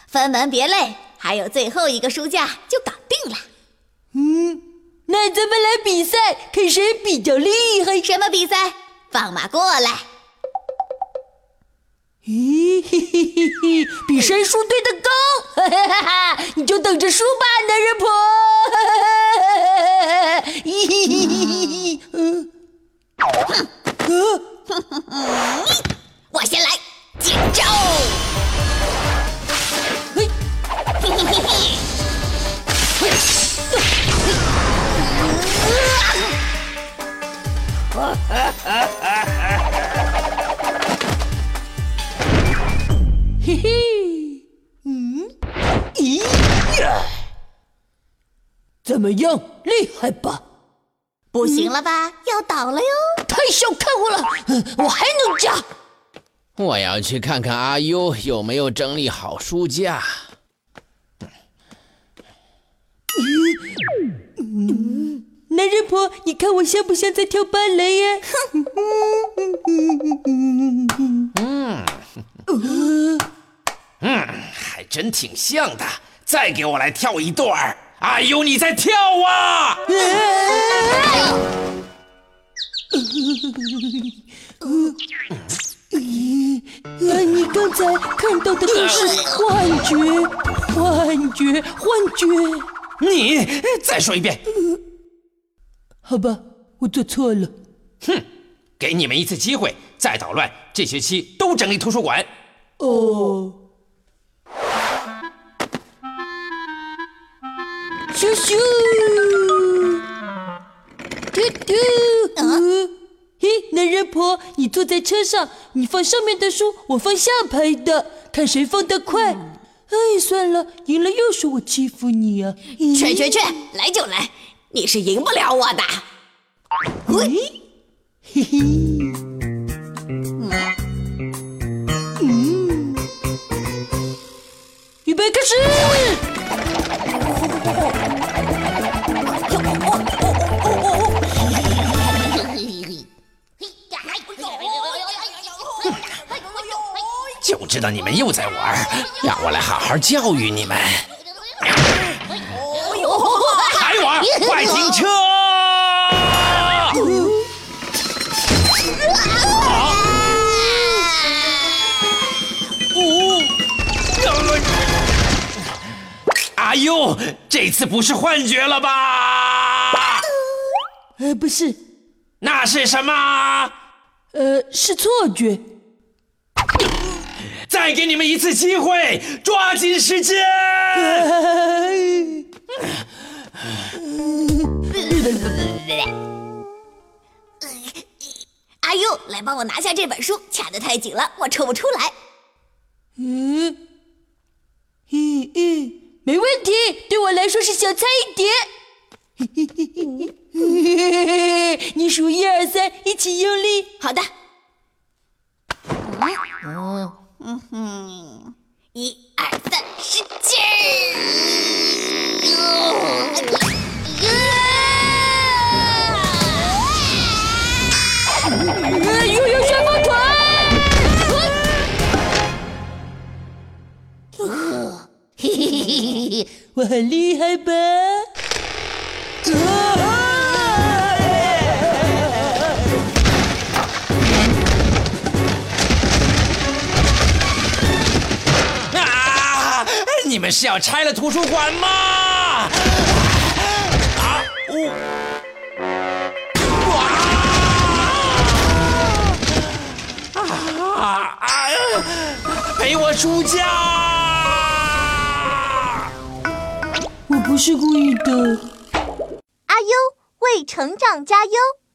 分门别类，还有最后一个书架就搞定了。 那咱们来比赛，看谁比较厉害。 什么比赛？放马过来！ 嘿嘿嘿嘿，比谁书堆得高，哈哈哈哈！你就等着输吧，男人婆！ 我先来，接招！ 嘿， 嘿嘿嘿嘿！ 嘿嘿，咦呀，怎么样，厉害吧？ 不行了吧，要倒了哟！ 太小看我了，我还能加。 我要去看看阿优有没有整理好书架。 男人婆，你看我像不像在跳芭蕾呀？ 还真挺像的。再给我来跳一段。阿优，你在跳啊！ 你刚才看到的都是幻觉。 你再说一遍。 好吧，我做错了。 给你们一次机会，再捣乱，这学期都整理图书馆。 哦。咻咻，突突，嘿，男人婆，你坐在车上，你放上面的书，我放下排的，看谁放得快。哎，算了，赢了又说我欺负你啊！ 去，来就来，你是赢不了我的。 嘿嘿，预备开始！ 就知道你们又在玩，让我来好好教育你们。还玩？快停车！阿优，这次不是幻觉了吧？ 不是。 那是什么？ 是错觉。 再给你们一次机会，抓紧时间！ 阿优，来帮我拿下这本书，卡得太紧了，我抽不出来。 没问题，对我来说是小菜一碟。你数1、2、3，一起用力。 好的。1、2、3，使劲又有旋风腿！我很厉害吧？ 你们是要拆了图书馆吗？赔我书架！ 我不是故意的。 阿优为成长加油。